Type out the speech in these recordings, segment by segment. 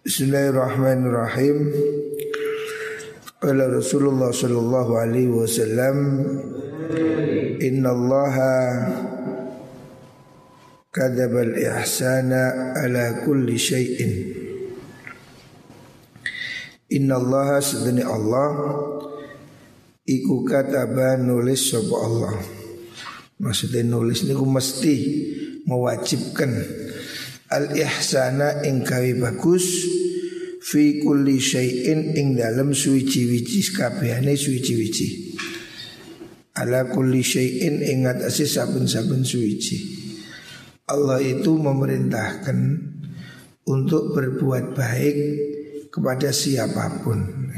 Bismillahirrahmanirrahim. Qala Rasulullah sallallahu alaihi wasallam, innallaha kadzaba al-ihsana ala kulli syai'in. Innallaha sedene Allah iku kataba nulis sapa Allah. Maksudnya nulis niku mesti mewajibkan al-ihsana ing gawe bagus fi kulli syai'in ing dalam suwiji-wiji kabehane suwiji-wiji. Ala kulli syai'in ing atase saben-saben suwiji. Allah itu memerintahkan untuk berbuat baik kepada siapapun.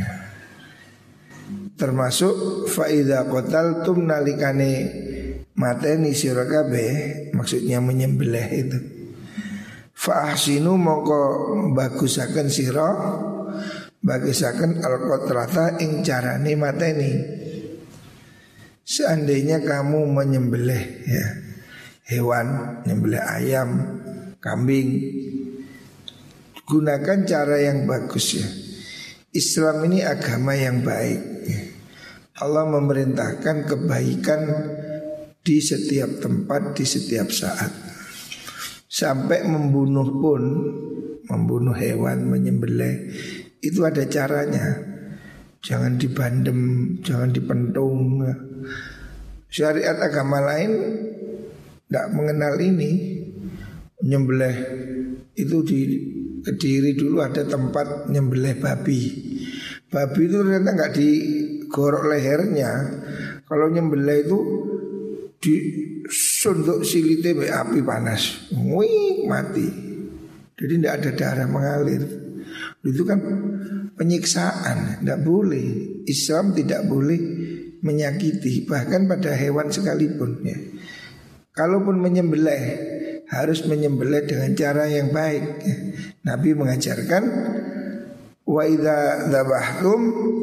Termasuk fa idza qataltum nalikane mateni sira kabeh, maksudnya menyembelih itu. Fa ahsinu mongko bagusaken sira, bagusaken al-qatlata ing carane mateni. Seandainya kamu menyembelih ya hewan, menyembelih ayam, kambing, gunakan cara yang bagus ya. Islam ini agama yang baik ya. Allah memerintahkan kebaikan di setiap tempat, di setiap saat. Sampai membunuh pun, membunuh hewan, menyembelih, itu ada caranya. Jangan dibandem, jangan dipentung. Syariat agama lain tidak mengenal ini. Menyembelih itu di Kediri dulu ada tempat nyembelih babi. Babi itu ternyata nggak digorok lehernya. Kalau nyembelih itu disunduk silite be api panas, wih mati. Jadi tidak ada darah mengalir. Itu kan penyiksaan, tidak boleh. Islam tidak boleh menyakiti, bahkan pada hewan sekalipun ya. Kalaupun menyembelih, harus menyembelih dengan cara yang baik ya. Nabi mengajarkan wa idza dzabhtum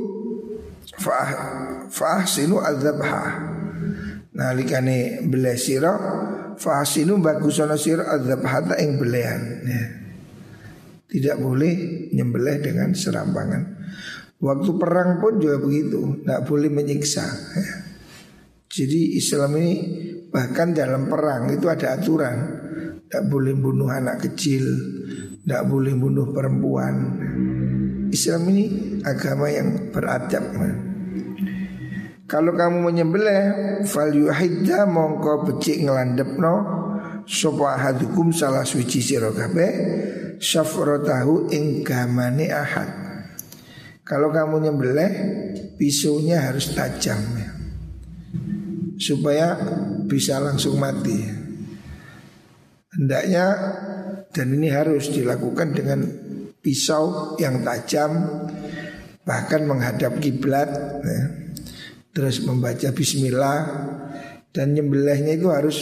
fa ahsinu adzabha. Nalikane beleh sira fa ahsinu bagusana sira adzabha ing belehan ya. Tidak boleh nyembelih dengan serampangan. Waktu perang pun juga begitu, tidak boleh menyiksa ya. Jadi Islam ini bahkan dalam perang itu ada aturan. Tidak boleh bunuh anak kecil, tidak boleh bunuh perempuan. Islam ini agama yang beradab. Kalau kamu menyembelih, fal yuhidda mongko becik nglandepno sapa ahadukum salah suci sira kabeh syafratahu ing gamane ahad. Kalau kamu nyembelih, pisaunya harus tajam ya, supaya bisa langsung mati. Hendaknya, dan ini harus dilakukan dengan pisau yang tajam, bahkan menghadap kiblat ya. Terus membaca bismillah. Dan nyembelihnya itu harus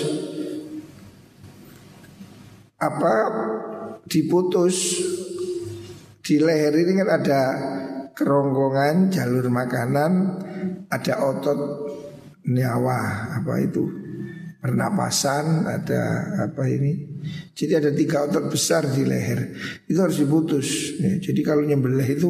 diputus. Di leher ini kan ada kerongkongan jalur makanan, ada otot nyawa, pernapasan, ada jadi ada 3 otot besar di leher. Itu harus diputus ya. Jadi kalau nyembelih itu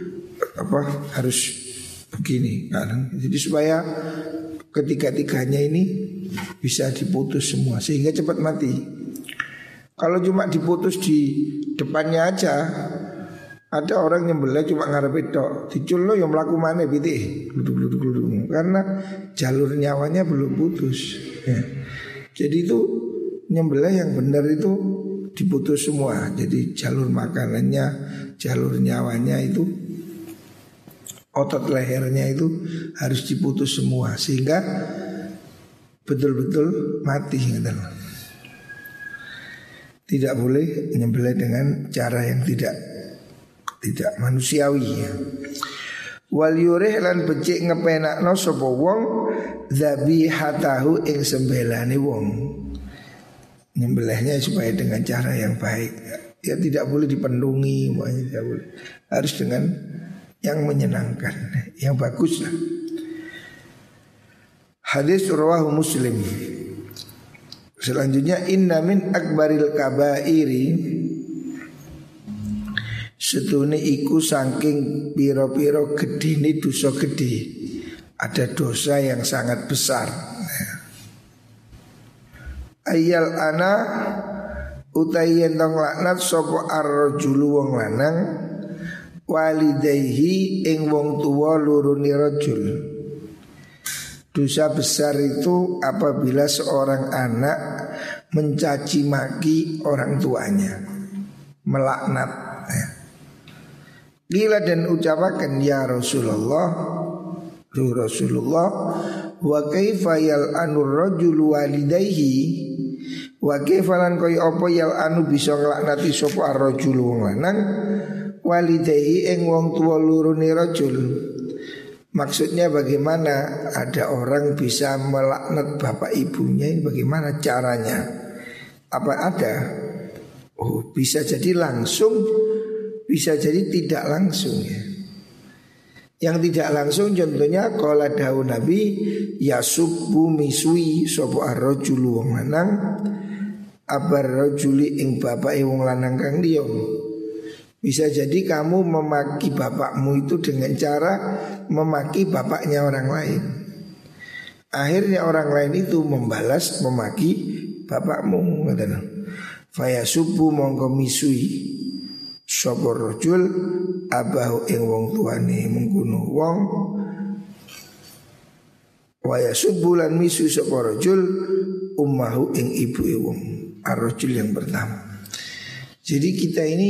harus begini kan? Jadi supaya ketiga-tiganya ini bisa diputus semua sehingga cepat mati. Kalau cuma diputus di depannya aja, ada orang nyembelih cuma ngarepe tok, diculno yang mlaku maneh pitik, karena jalur nyawanya belum putus ya. Jadi itu nyembelih yang benar itu diputus semua. Jadi jalur makanannya, jalur nyawanya itu, otot lehernya itu harus diputus semua sehingga betul-betul mati gitu. Tidak boleh menyembelih dengan cara yang tidak manusiawi ya. Wal yurih lan becik ngepenakno sapa wong dzabihatahu ing sembelane wong. Nyembelihnya supaya dengan cara yang baik ya, tidak boleh dipendungi, tidak boleh. Harus dengan yang menyenangkan, yang bagus lah. Hadis rawahu Muslim. Selanjutnya inna min akbaril kabairi Sedune iku saking piro-piro gedene dosa gede. Ada dosa yang sangat besar. Ayal ana utai yen tong laknat sapa ar-rajulu wong lanang walidayhi ing wong tuwa lurune rajul. Dosa besar itu apabila seorang anak mencaci maki orang tuanya, melaknat. Gila dan ucapakan ya Rasulullah, wa kaifa yal'anur rajulu walidayhi, wa kaifa lan kaya apa yal'anu bisa nglaknati sapa ar-rajulu wong lanang walidayhi ing wong tuwa lurune rajul. Maksudnya bagaimana ada orang bisa melaknat bapak ibunya, ini bagaimana caranya? Apa ada? Oh, bisa jadi langsung, bisa jadi tidak langsung ya. Yang tidak langsung contohnya qala dawu Nabi yasubbu misui sapa ar-rajulu wong lanang abar rajuli ing bapake wong lanang kang liya. Bisa jadi kamu memaki bapakmu itu dengan cara memaki bapaknya orang lain. Akhirnya orang lain itu membalas memaki bapakmu. Fayasubbu mongko misui sapa rajul abahu ing wong tuane mengkono wong. Wayasubbu lan misui sapa rajul ummahu ing ibuke wong. Ar-rajul yang pertama. Jadi kita ini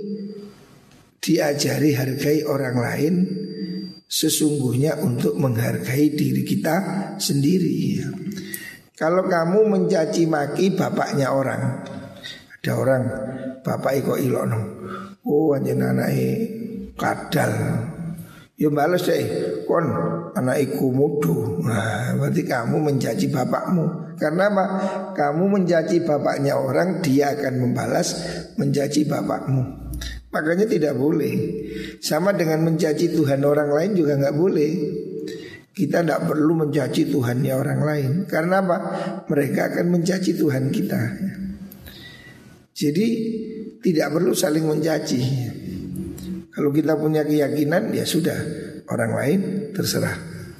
diajari hargai orang lain sesungguhnya untuk menghargai diri kita sendiri. Kalau kamu mencaci maki bapaknya orang, ada orang bapak kok ilokno, oh anjen anake kadal, ya balas deh, kon anak kumudu. Nah, berarti kamu mencaci bapakmu. Karena apa? Kamu mencaci bapaknya orang, dia akan membalas mencaci bapakmu. Makanya tidak boleh. Sama dengan mencaci Tuhan orang lain juga nggak boleh. Kita tidak perlu mencaci Tuhannya orang lain. Karena apa? Mereka akan mencaci Tuhan kita. Jadi tidak perlu saling mencaci. Kalau kita punya keyakinan ya sudah, orang lain terserah.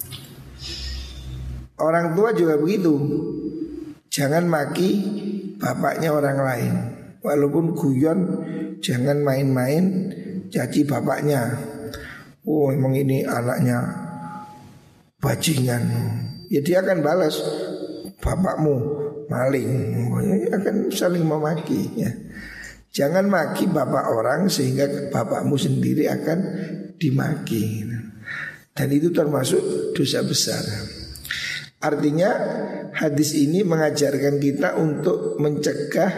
Orang tua juga begitu. Jangan maki bapaknya orang lain. Walaupun guyon, jangan main-main caci bapaknya. Oh emang ini anaknya bajingan. Ya dia akan balas, bapakmu maling. Akan saling memaki ya. Jangan maki bapak orang sehingga bapakmu sendiri akan dimaki. Dan itu termasuk dosa besar. Artinya hadis ini mengajarkan kita untuk mencegah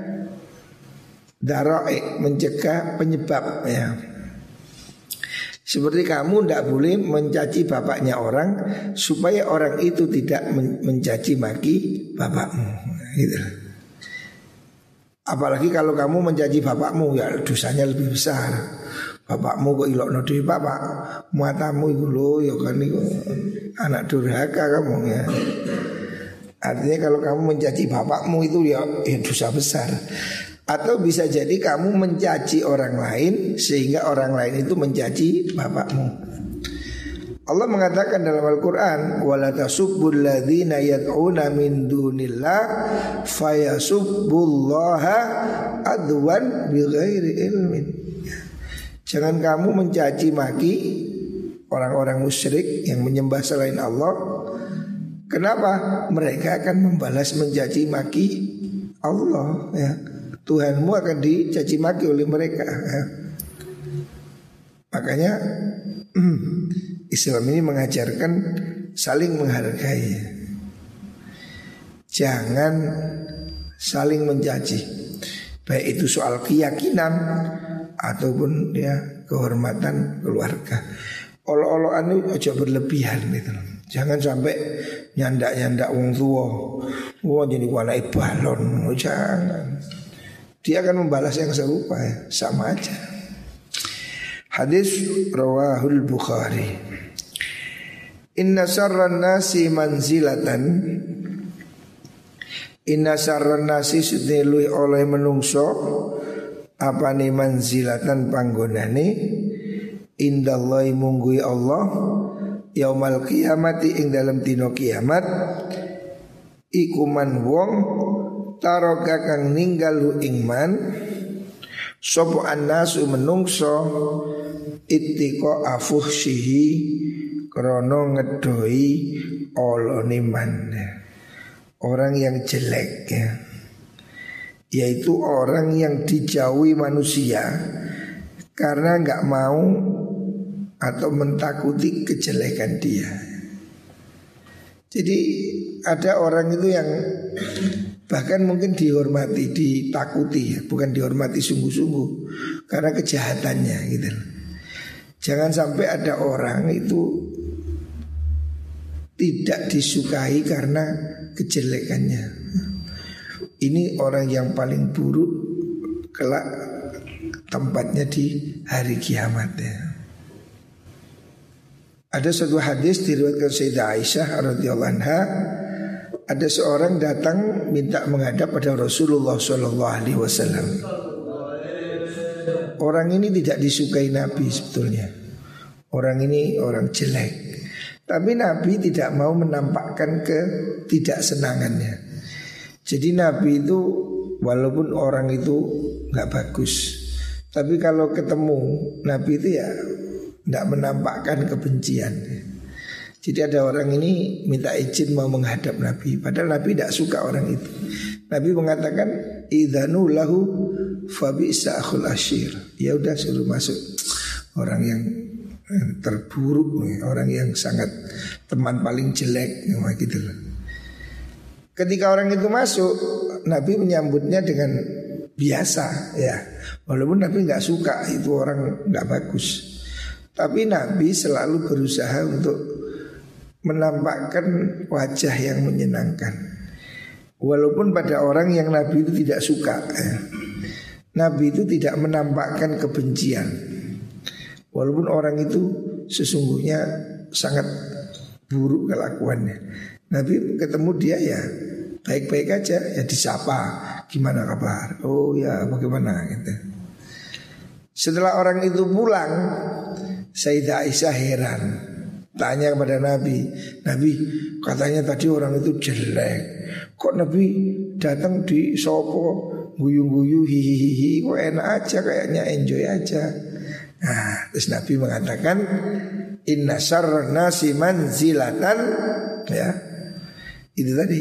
dara'i, mencegah penyebab ya. Seperti kamu tidak boleh mencaci bapaknya orang supaya orang itu tidak mencaci maki bapakmu gitu. Apalagi kalau kamu mencaci bapakmu ya dosanya lebih besar. Bapakmu kok ilokno dhewe bapak, matamu iku lho ya kan iku anak durhaka kamu ya. Artinya kalau kamu mencaci bapakmu itu ya dosa besar. Atau bisa jadi kamu mencaci orang lain sehingga orang lain itu mencaci bapakmu. Allah mengatakan dalam Al-Quran, wala tasubbul ladzina yad'una min dunillah fayasubbullaha adwan bighairi ilmin. Jangan kamu mencaci maki orang-orang musyrik yang menyembah selain Allah. Kenapa? Mereka akan membalas mencaci maki Allah ya. Tuhanmu akan dicaci maki oleh mereka ya. Makanya Islam ini mengajarkan saling menghargai. Jangan saling mencaci. Baik itu soal keyakinan ataupun ya kehormatan keluarga. Olo-oloan itu aja berlebihan gitu. Jangan sampai nyandak-nyandak wong tua. Wah jadi anake balon. Oh, jangan. Dia akan membalas yang serupa ya, sama aja. Hadis rawahul Bukhari. Inna sarran nasi manzilatan. Inna sarran nasi sedelu oleh menungso apane manzilatan panggonane indallahi munggui Allah yaumal qiyamati ing dalam dina kiamat iku man wong taroka kang ninggalu ing man sapa annasu menungso ittiqa afuhsihi krana ngedoi olone man. Orang yang jelek ya, yaitu orang yang dijauhi manusia karena nggak mau atau mentakuti kejelekan dia. Jadi ada orang itu yang bahkan mungkin dihormati, ditakuti ya, bukan dihormati sungguh-sungguh karena kejahatannya gitu. Jangan sampai ada orang itu tidak disukai karena kejelekannya. Ini orang yang paling buruk kelak tempatnya di hari kiamat ya. Ada satu hadis diriwayatkan Sayyidah Aisyah radhiyallahu anha, ada seorang datang minta menghadap pada Rasulullah SAW. Orang ini tidak disukai Nabi sebetulnya. Orang ini orang jelek. Tapi Nabi tidak mau menampakkan ketidaksenangannya. Jadi Nabi itu walaupun orang itu nggak bagus, tapi kalau ketemu Nabi itu ya tidak menampakkan kebencian. Jadi ada orang ini minta izin mau menghadap Nabi, padahal Nabi tidak suka orang itu. Nabi mengatakan idzanu lahu fabi'sa akhul ashir. Ya udah suruh masuk. Orang yang terburuk, orang yang sangat teman paling jelek gitu loh. Ketika orang itu masuk, Nabi menyambutnya dengan biasa ya. Walaupun Nabi nggak suka itu orang nggak bagus, tapi Nabi selalu berusaha untuk menampakkan wajah yang menyenangkan. Walaupun pada orang yang Nabi itu tidak suka ya. Nabi itu tidak menampakkan kebencian. Walaupun orang itu sesungguhnya sangat buruk kelakuannya, Nabi ketemu dia ya baik-baik aja, ya disapa, gimana kabar? Oh ya bagaimana gitu. Setelah orang itu pulang, Sayyidah Aisyah heran, tanya kepada Nabi, Nabi katanya tadi orang itu jelek, kok Nabi datang di sopo guyu-guyu hihihi, kok enak aja kayaknya enjoy aja. Nah, terus Nabi mengatakan inna syarran nasi manzilatan ya. Itu tadi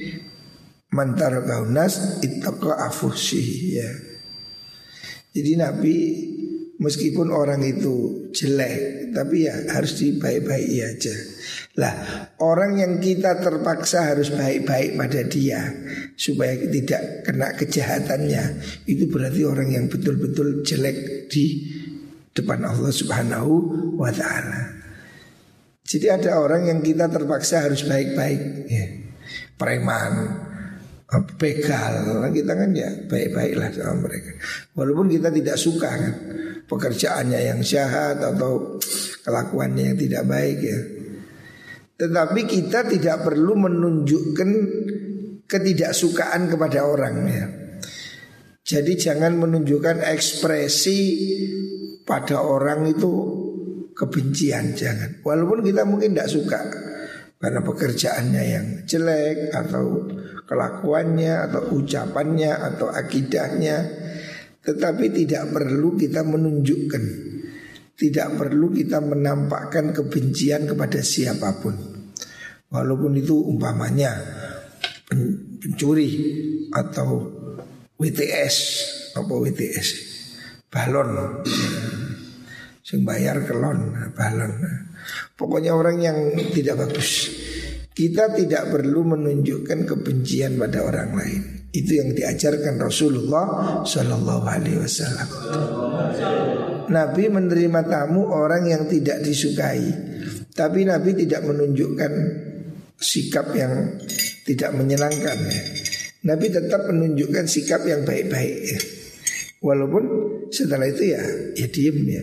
man tarakahun nas ittaqa afuhsihi ya. Jadi Nabi meskipun orang itu jelek tapi ya harus dibaik-baiki aja. Lah, orang yang kita terpaksa harus baik-baik pada dia supaya tidak kena kejahatannya, itu berarti orang yang betul-betul jelek di depan Allah Subhanahu wa ta'ala. Jadi ada orang yang kita terpaksa harus baik-baik ya. Preman, begal, kita kan ya baik-baiklah sama mereka. Walaupun kita tidak suka kan pekerjaannya yang jahat atau kelakuannya yang tidak baik ya. Tetapi kita tidak perlu menunjukkan ketidaksukaan kepada orang ya. Jadi jangan menunjukkan ekspresi pada orang itu kebencian, jangan. Walaupun kita mungkin tidak suka karena pekerjaannya yang jelek atau kelakuannya atau ucapannya atau akidahnya, tetapi tidak perlu kita menunjukkan, tidak perlu kita menampakkan kebencian kepada siapapun. Walaupun itu umpamanya pencuri atau WTS, apa WTS, balon, sing bayar kelon, balon. Pokoknya orang yang tidak bagus. Kita tidak perlu menunjukkan kebencian pada orang lain. Itu yang diajarkan Rasulullah Shallallahu Alaihi Wasallam. Nabi menerima tamu orang yang tidak disukai, tapi Nabi tidak menunjukkan sikap yang tidak menyenangkan. Nabi tetap menunjukkan sikap yang baik-baik. Walaupun setelah itu ya diem ya.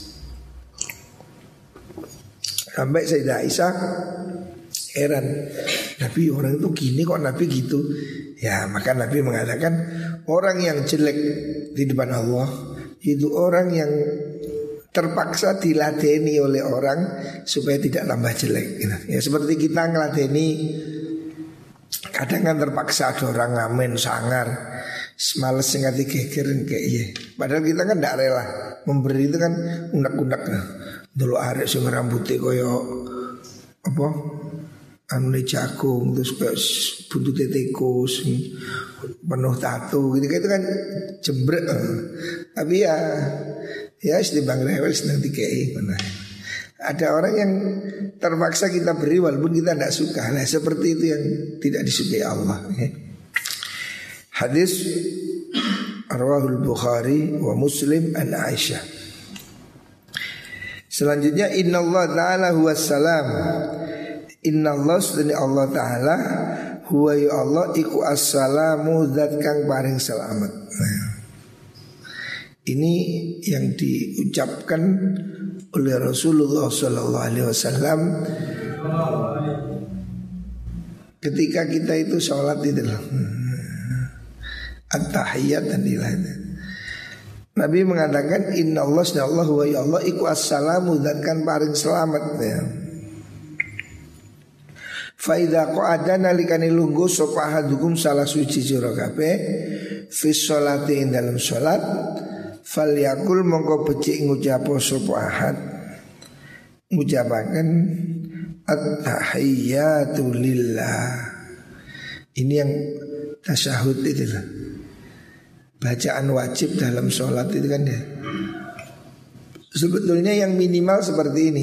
Sampai Sayyidah Aisyah heran, Nabi orang itu gini kok Nabi gitu. Ya maka Nabi mengatakan orang yang jelek di depan Allah itu orang yang terpaksa diladeni oleh orang supaya tidak tambah jelek gitu. Ya seperti kita ngeladeni, kadang kan terpaksa ada orang ngamen sangar, semales ngati geger kayak iya. Padahal kita kan tidak rela memberi itu kan unek-unek. Dulu arek sing rambutnya koyo apa? Anu jagung terus kayak buntut tikus penuh tato gitu kan jembrek. Tapi ya setimbang rewel senang dikei. Ada orang yang terpaksa kita beri walaupun kita tidak suka. Nah seperti itu yang tidak disukai Allah. Hadis Arwahul Bukhari wa Muslim an Aisyah. Selanjutnya Innallaha ta'ala huwas salam. Innallaha sedene Allah ta'ala huwa ya Allah iku assalamu zat kang paring selamat. Ini yang diucapkan oleh Rasulullah sallallahu alaihi wasallam ketika kita itu sholat itu loh. At-tahiyat dan ilahnya. Nabi mengatakan innallaha sallallahu wa ya Allah iku assalamu zat kang paring selamat ya. Fa idza qa'ada nalikane lungguh sapa ahadukum salah suci sira kabeh fi sholati ing dalam salat falyakul mongko becik ngucap sapa ahad ngucapaken at-tahiyyatu lillah. Ini yang tasyahud itu lah. Bacaan wajib dalam sholat itu kan ya. Sebetulnya yang minimal seperti ini.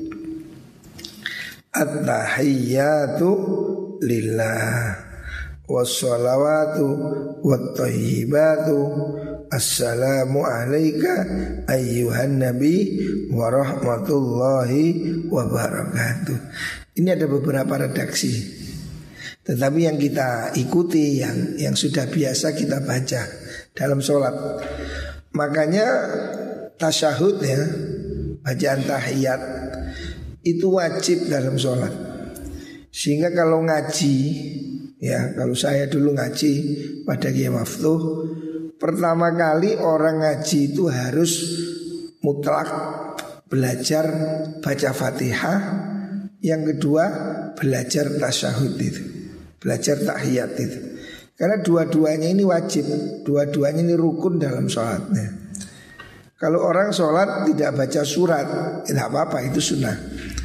At-tahiyyatu lillah wassalawatu wattayyibatu assalamu alayka ayyuhan nabi wa rahmatullahi wa barakatuh. Ini ada beberapa redaksi, tetapi yang kita ikuti yang sudah biasa kita baca dalam sholat. Makanya tasyahud ya, bacaan tahiyat itu wajib dalam sholat. Sehingga kalau ngaji ya, kalau saya dulu ngaji pada Kiai Maftuh, pertama kali orang ngaji itu harus mutlak belajar baca Fatihah. Yang kedua belajar tasyahud itu, belajar tahiyat itu. Karena dua-duanya ini wajib, dua-duanya ini rukun dalam sholatnya. Kalau orang sholat tidak baca surat, tidak apa-apa, itu sunnah.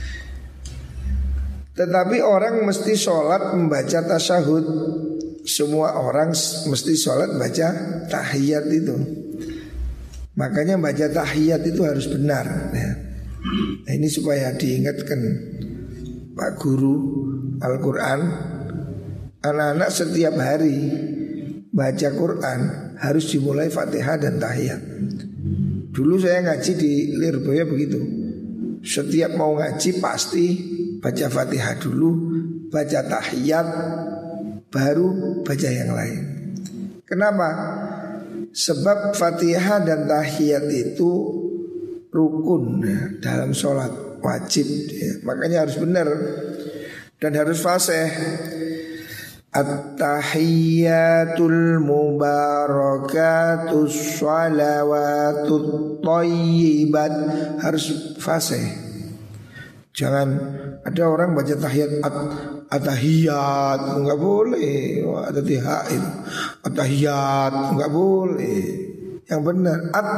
Tetapi orang mesti sholat membaca tasyahud. Semua orang mesti sholat baca tahiyat itu. Makanya baca tahiyat itu harus benar ya. Nah ini supaya diingatkan Pak Guru Al-Quran, anak-anak setiap hari baca Quran harus dimulai Fatihah dan tahiyat. Dulu saya ngaji di Lirboya begitu. Setiap mau ngaji pasti baca Fatihah dulu, baca tahiyat, baru baca yang lain. Kenapa? Sebab Fatihah dan tahiyat itu rukun ya, dalam sholat wajib ya. Makanya harus benar dan harus fasih. At-tahiyyatul mubarakatus shalawatut thayyibat, harus fasih. Jangan ada orang baca tahiyat at-tahiyat, enggak boleh. Ada tiha itu. At-tahiyat enggak boleh. Yang benar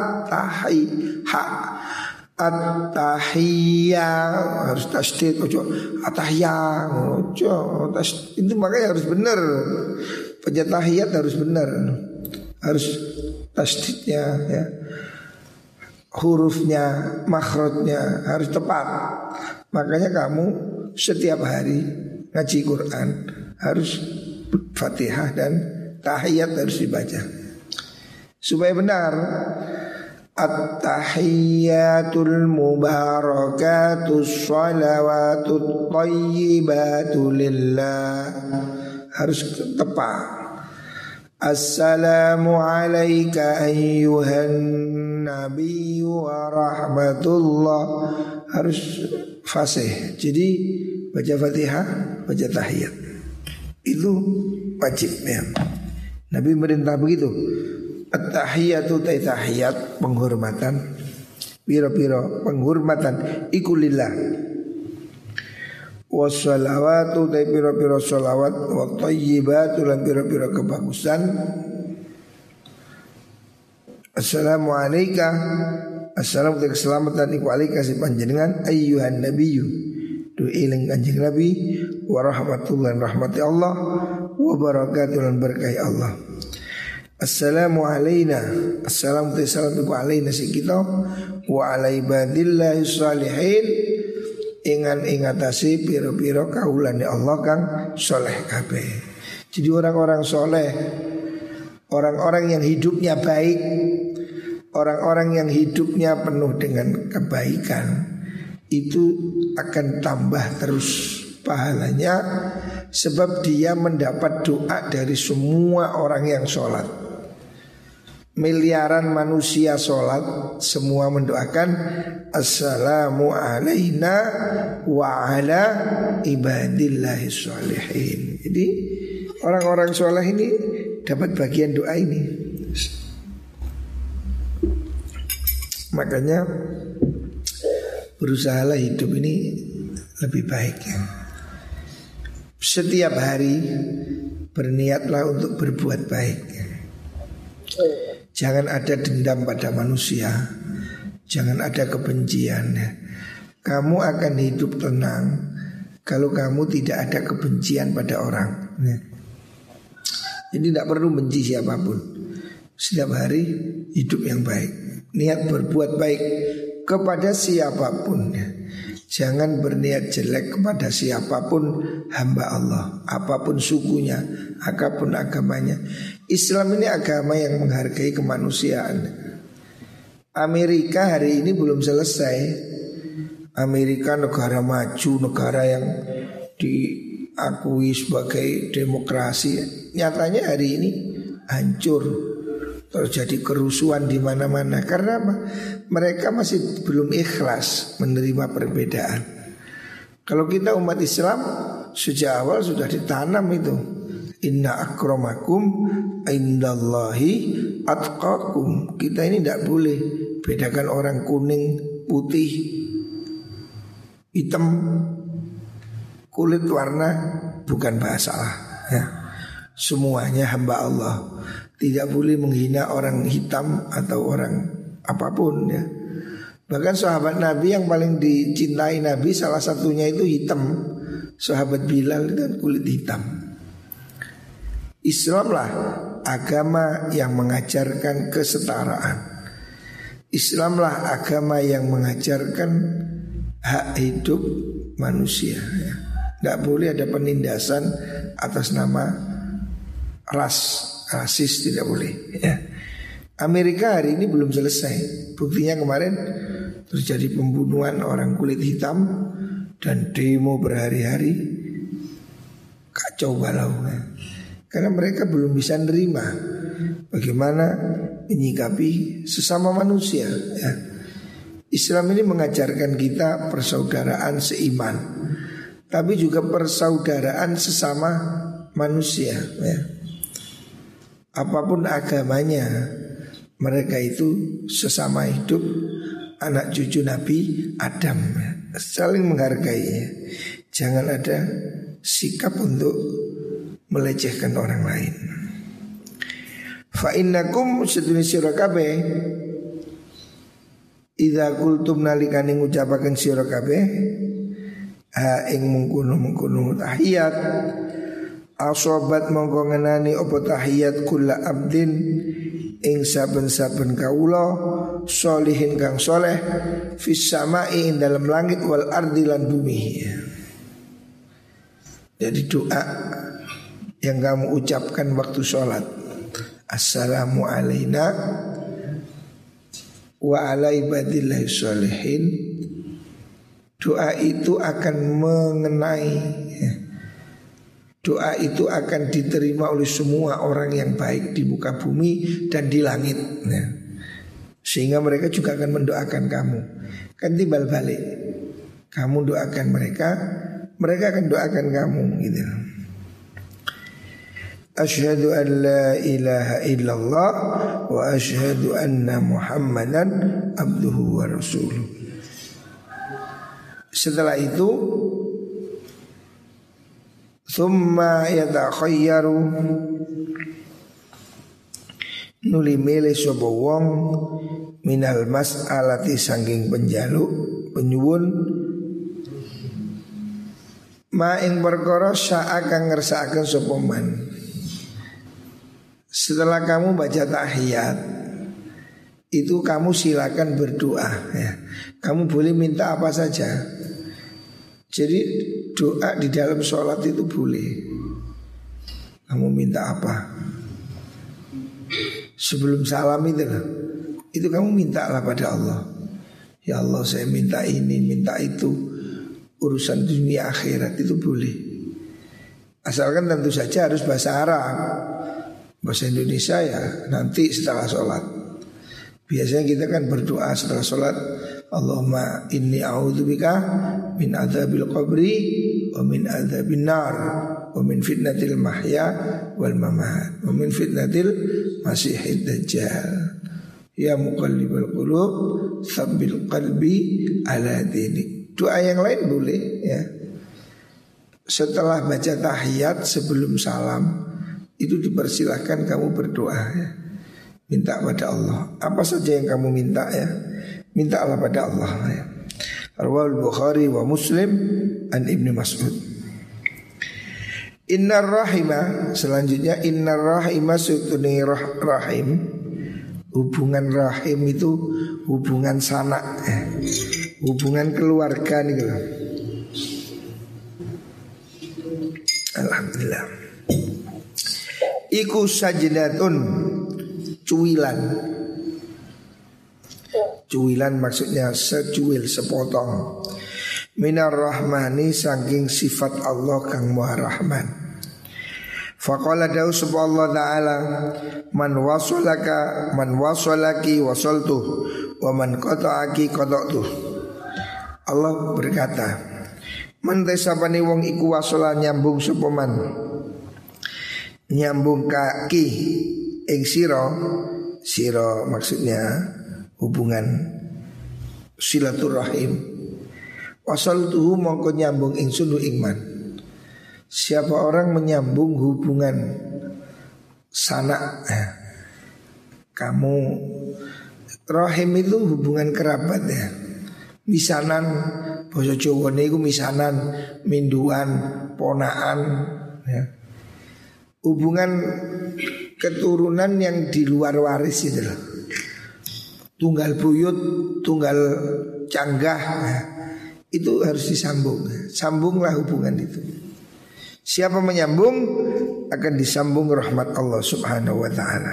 at-tahiyyah harus tasdid, ojo at-tahiyyah, ojo itu makanya harus benar. Baca tahiyat harus benar, harus tasdidnya ya, hurufnya, makhrajnya harus tepat. Makanya kamu setiap hari ngaji Quran harus Fatihah dan tahiyat harus dibaca supaya benar. At-tahiyyatul mubarakatus shalawatut thayyibatu lillah, harus tepat. Assalamu alayka ayyuhan nabiyyu wa rahmatullah, harus fasih. Jadi baca Fatihah, baca tahiyat itu wajib ya. Nabi merintah begitu. At-tahiyatu tahiyat penghormatan, piro-piro penghormatan iku lillah. Wassalawatu piro-piro salawat, wa thayyibatu lan piro-piro kebagusan. Assalamu alayka, assalamu keselamatan iku alayka si panjenengan ayyuhan nabiyyu, tu iling kanjeng Nabi, wa rahmatullahi rahmati Allah, wa barakatuh lan berkahi Allah. Assalamu alayna, assalamu iku alayna si kita, wa ala ibadillahi sholihin, ingatasi piro-piro kaulane Allah kang soleh kabeh. Jadi orang-orang soleh, orang-orang yang hidupnya baik, orang-orang yang hidupnya penuh dengan kebaikan, itu akan tambah terus pahalanya, sebab dia mendapat doa dari semua orang yang sholat. Miliaran manusia sholat, semua mendoakan assalamu alayna wa ala ibadillahi sholihin. Jadi orang-orang soleh ini dapat bagian doa ini. Makanya berusahalah hidup ini lebih baik ya. Setiap hari berniatlah untuk berbuat baik ya. Jangan ada dendam pada manusia, jangan ada kebencian ya. Kamu akan hidup tenang kalau kamu tidak ada kebencian pada orang ya. Jadi tidak perlu benci siapapun. Setiap hari hidup yang baik, niat berbuat baik kepada siapapun ya. Jangan berniat jelek kepada siapapun hamba Allah, apapun sukunya, apapun agamanya. Islam ini agama yang menghargai kemanusiaan. Amerika hari ini belum selesai. Amerika negara maju, negara yang diakui sebagai demokrasi. Nyatanya hari ini hancur, terjadi kerusuhan di mana-mana. Karena apa? Mereka masih belum ikhlas menerima perbedaan. Kalau kita umat Islam sejak awal sudah ditanam itu. Inna akramakum indallahi atqakum. Kita ini tidak boleh bedakan orang kuning, putih, hitam, kulit warna bukan masalah ya. Semuanya hamba Allah. Tidak boleh menghina orang hitam atau orang apapun ya. Bahkan sahabat Nabi yang paling dicintai Nabi salah satunya itu hitam. Sahabat Bilal itu kulit hitam. Islamlah agama yang mengajarkan kesetaraan. Islamlah agama yang mengajarkan hak hidup manusia ya. Tidak boleh ada penindasan atas nama rasis, tidak boleh ya. Amerika hari ini belum selesai. Buktinya kemarin terjadi pembunuhan orang kulit hitam dan demo berhari-hari, kacau balau ya. Karena mereka belum bisa nerima bagaimana menyikapi sesama manusia ya. Islam ini mengajarkan kita persaudaraan seiman, tapi juga persaudaraan sesama manusia ya. Apapun agamanya, mereka itu sesama hidup, anak cucu Nabi Adam ya. Saling menghargai ya. Jangan ada sikap untuk melecehkan orang lain. Fa innakum sedune sira kabeh idza qultum nalikane ngucapaken sira kabeh ha ing mungkono tahiyat asobat mongko ngenani apa tahiyat kula abdin ing saben-saben kawula sholihin kang soleh fis samai ing dalam langit wal ardi lan bumi. Jadi doa yang kamu ucapkan waktu sholat, assalamu alayna wa ala ibadillahi sholihin, doa itu akan mengenai, doa itu akan diterima oleh semua orang yang baik di muka bumi dan di langit ya. Sehingga mereka juga akan mendoakan kamu. Kan timbal balik, kamu doakan mereka, mereka akan doakan kamu gitu. Asyhadu an la ilaha illallah wa asyhadu anna Muhammadan abduhu wa rasuluh. Setelah itu thumma yatakhayyaru, nuli milih sapa wong minal mas'alati sangking penjaluk penyuwun ma ing perkara syaa kang ngersakaken sapa man. Setelah kamu baca tahiyat itu kamu silakan berdoa ya. Kamu boleh minta apa saja. Jadi doa di dalam sholat itu boleh. Kamu minta apa? Sebelum salam itu kamu mintalah pada Allah. Ya Allah, saya minta ini, minta itu. Urusan dunia akhirat itu boleh. Asalkan tentu saja harus bahasa Arab. Bahasa Indonesia ya nanti setelah sholat. Biasanya kita kan berdoa setelah sholat, Allahumma inni a'udzubika min adzabil qabri wa min adzabin nar wa min fitnatil mahya wal mamat wa min fitnatil masihid dajjal. Ya muqallibal qulub tsabbil qalbi ala dinik. Doa yang lain boleh ya. Setelah baca tahiyat sebelum salam itu dipersilahkan kamu berdoa ya. Minta pada Allah apa saja yang kamu minta ya. Mintalah pada Allah ya. Rawal Bukhari wa Muslim an Ibnu Mas'ud. Innar rahima, selanjutnya innar rahima sutuni rahim. Hubungan rahim itu hubungan sanak ya. Hubungan keluarga nih gitu. Alhamdulillah. Iku sajdatun, cuwilan. Cuwilan maksudnya secuil, sepotong. Minar rahmani saking sifat Allah kang Maha Rahman. Faqala dawu subhanallah ta'ala, man wasalaki wasaltuh wa man qata'aki qata'tuh. Allah berkata, man tesapani wong iku wasala nyambung sapa man, nyambung kaki ing sira maksudnya hubungan silaturahim. Wasaltuhu mongko nyambung ingsun ing man. Siapa orang menyambung hubungan sanak kamu, rahim itu hubungan kerabat ya. Misanan basa Jawa niku misanan, minduan, ponaan ya. Hubungan keturunan yang di luar waris itu loh. Tunggal buyut, tunggal canggah ya. Itu harus disambung. Sambunglah hubungan itu. Siapa menyambung akan disambung rahmat Allah subhanahu wa ta'ala.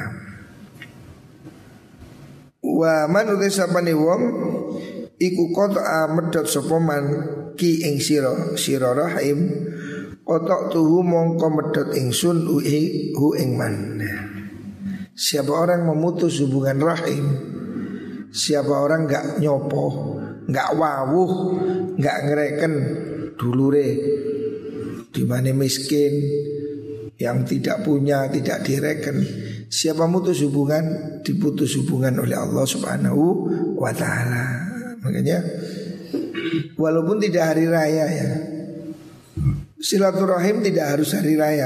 Wa man utisapani wong iku qata'a medhot sapa man ki ing sira rahim, qata'tuhu mongko medhot ingsun hu ing man. Siapa orang memutus hubungan rahim, siapa orang enggak nyopo, enggak wawuh, enggak ngereken dulure di mana miskin yang tidak punya, tidak direken. Siapa mutus hubungan, diputus hubungan oleh Allah subhanahu wa ta'ala. Makanya walaupun tidak hari raya ya, silaturahim tidak harus hari raya.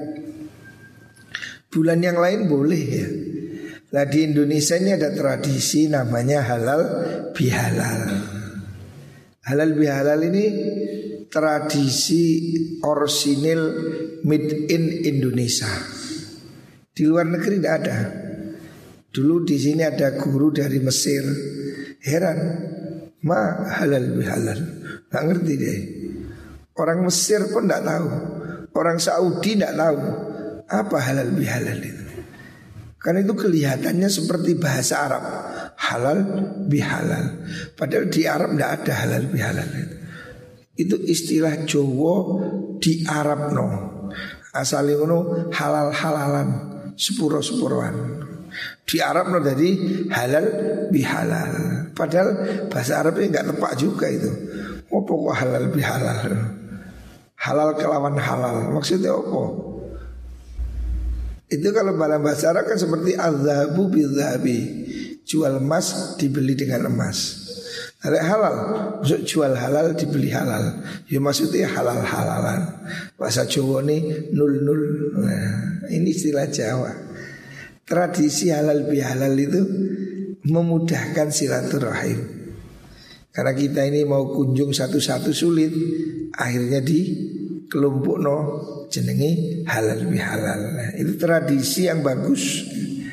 Bulan yang lain boleh ya. Nah di Indonesia ini ada tradisi namanya halal bihalal. Halal bihalal ini tradisi orsinil made in Indonesia. Di luar negeri tidak ada. Dulu di sini ada guru dari Mesir. Heran, ma halal bihalal, nggak ngerti deh. Orang Mesir pun tidak tahu, orang Saudi tidak tahu apa halal bihalal itu. Karena itu kelihatannya seperti bahasa Arab, halal bihalal. Padahal di Arab tidak ada halal bihalal itu. Itu istilah Jawa di Arab no. Asalnya no halal halalan, sepuro-sepuroan. Di Arab no jadi halal bihalal. Padahal bahasa Arabnya nggak tepat juga itu. Oh pokok halal bihalal. Halal kelawan halal. Maksudnya apa? Itu kalau dalam bahasa Arab kan seperti adzabu bidzabi, jual emas dibeli dengan emas. Ada halal, maksud jual halal dibeli halal. Ya maksudnya halal-halalan. Bahasa Jawa ini nul-nul. Nah, ini istilah Jawa. Tradisi halal bihalal itu memudahkan silaturahim. Karena kita ini mau kunjung satu-satu sulit, akhirnya di kelompok jenenge halal bihalal. Nah, itu tradisi yang bagus.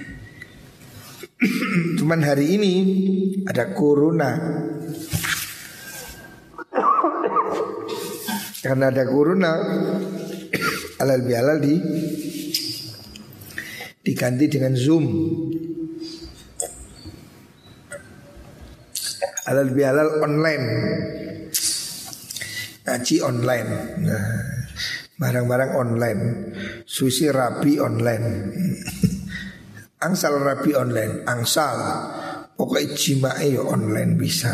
Cuman hari ini ada corona. Karena ada corona, halal bihalal diganti dengan Zoom. Halal bihalal online, ngaji online, nah, barang-barang online, sushi rabi online, angsal rabi online, angsal, pokoknya jimae ya online bisa,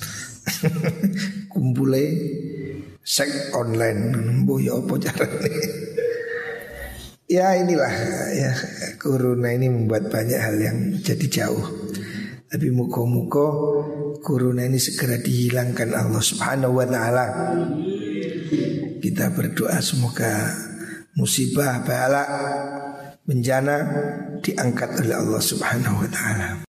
kumpule seks online, bu ya apa caranya? Ya inilah ya, corona ini membuat banyak hal yang jadi jauh. Tapi muka-muka corona ini segera dihilangkan Allah Subhanahu wa ta'ala. Kita berdoa semoga musibah, bala, bencana diangkat oleh Allah Subhanahu wa ta'ala.